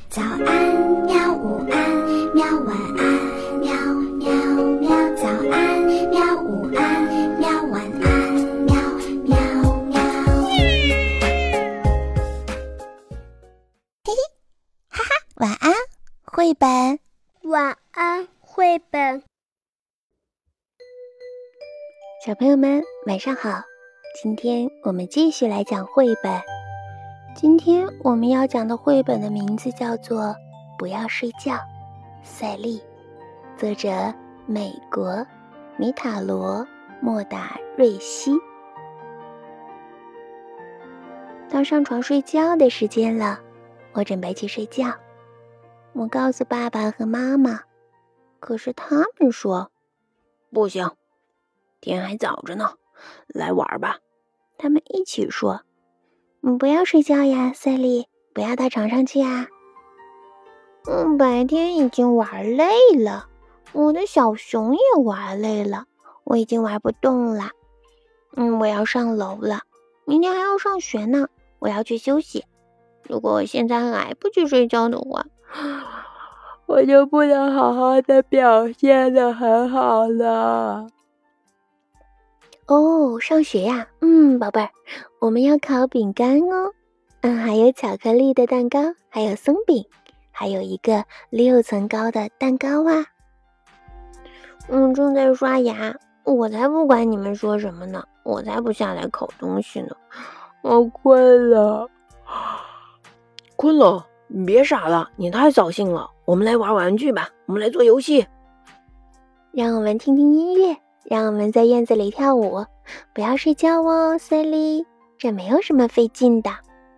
早安喵，午安喵，晚安喵喵喵，早安喵，午安喵，晚安喵喵喵。嘿嘿，哈哈，晚安绘本。 晚安绘本。 小朋友们晚上好，今天我们继续来讲绘本。今天我们要讲的绘本的名字叫做《不要睡觉》，赛莉，作者美国米塔罗莫达瑞西。到上床睡觉的时间了，我准备去睡觉。我告诉爸爸和妈妈，可是他们说不行，天还早着呢，来玩吧。 他们一起说，不要睡觉呀，赛莉，不要到床上去啊。白天已经玩累了，我的小熊也玩累了，我已经玩不动了。我要上楼了，明天还要上学呢，我要去休息。如果我现在还不去睡觉的话，我就不能好好的表现得很好了。哦，上学呀，宝贝儿，我们要烤饼干哦，还有巧克力的蛋糕，还有松饼，还有一个6层高的蛋糕啊。正在刷牙，我才不管你们说什么呢，我才不下来烤东西呢，我困了。 困了？你别傻了，你太扫兴了。我们来玩玩具吧，我们来做游戏。 让我们听听音乐，让我们在院子里跳舞。不要睡觉哦，赛莉，这没有什么费劲的。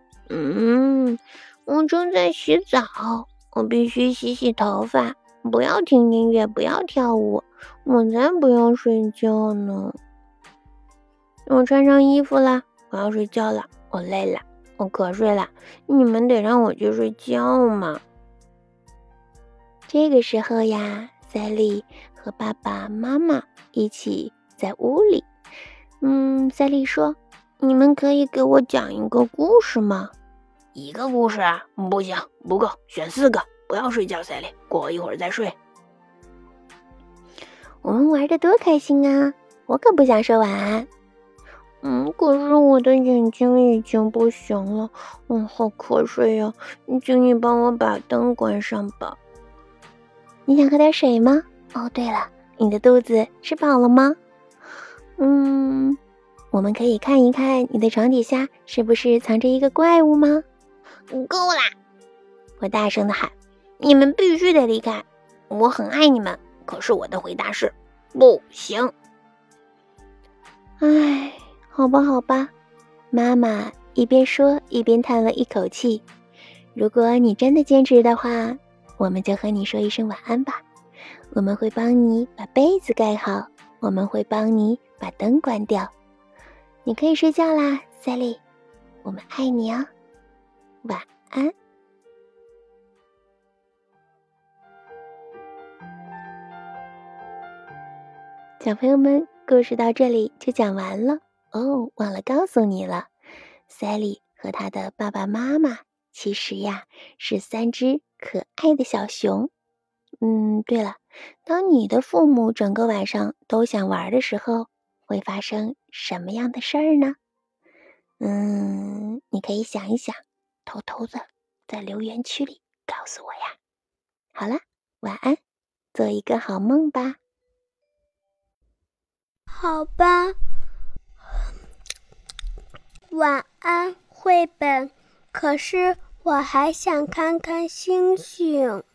我正在洗澡，我必须洗头发。不要听音乐，不要跳舞，我才不要睡觉呢。我穿上衣服了，我要睡觉了，我累了，我瞌睡了，你们得让我去睡觉嘛。这个时候呀，赛莉和爸爸妈妈一起在屋里。赛莉说，你们可以给我讲一个故事吗？ 一个故事啊？不行，不够，选4个。不要睡觉，赛莉，过一会儿再睡。 我们玩得多开心啊，我可不想说晚安。可是我的眼睛已经不行了，好瞌睡呀，请你帮我把灯关上吧。你想喝点水吗？哦，对了，你的肚子吃饱了吗？我们可以看一看你的床底下是不是藏着一个怪物吗？ 够啦！ 我大声地喊，你们必须得离开，我很爱你们，可是我的回答是不行。好吧，妈妈一边说一边叹了一口气。如果你真的坚持的话，我们就和你说一声晚安吧。我们会帮你把被子盖好，我们会帮你把灯关掉。你可以睡觉啦，赛莉，我们爱你哦，晚安。小朋友们，故事到这里就讲完了哦。忘了告诉你了，赛莉和她的爸爸妈妈其实呀是3只可爱的小熊。对了，当你的父母整个晚上都想玩的时候，会发生什么样的事儿呢？你可以想一想，偷偷的在留言区里告诉我呀。好了，晚安，做一个好梦吧。 好吧，晚安绘本。可是我还想看看星星。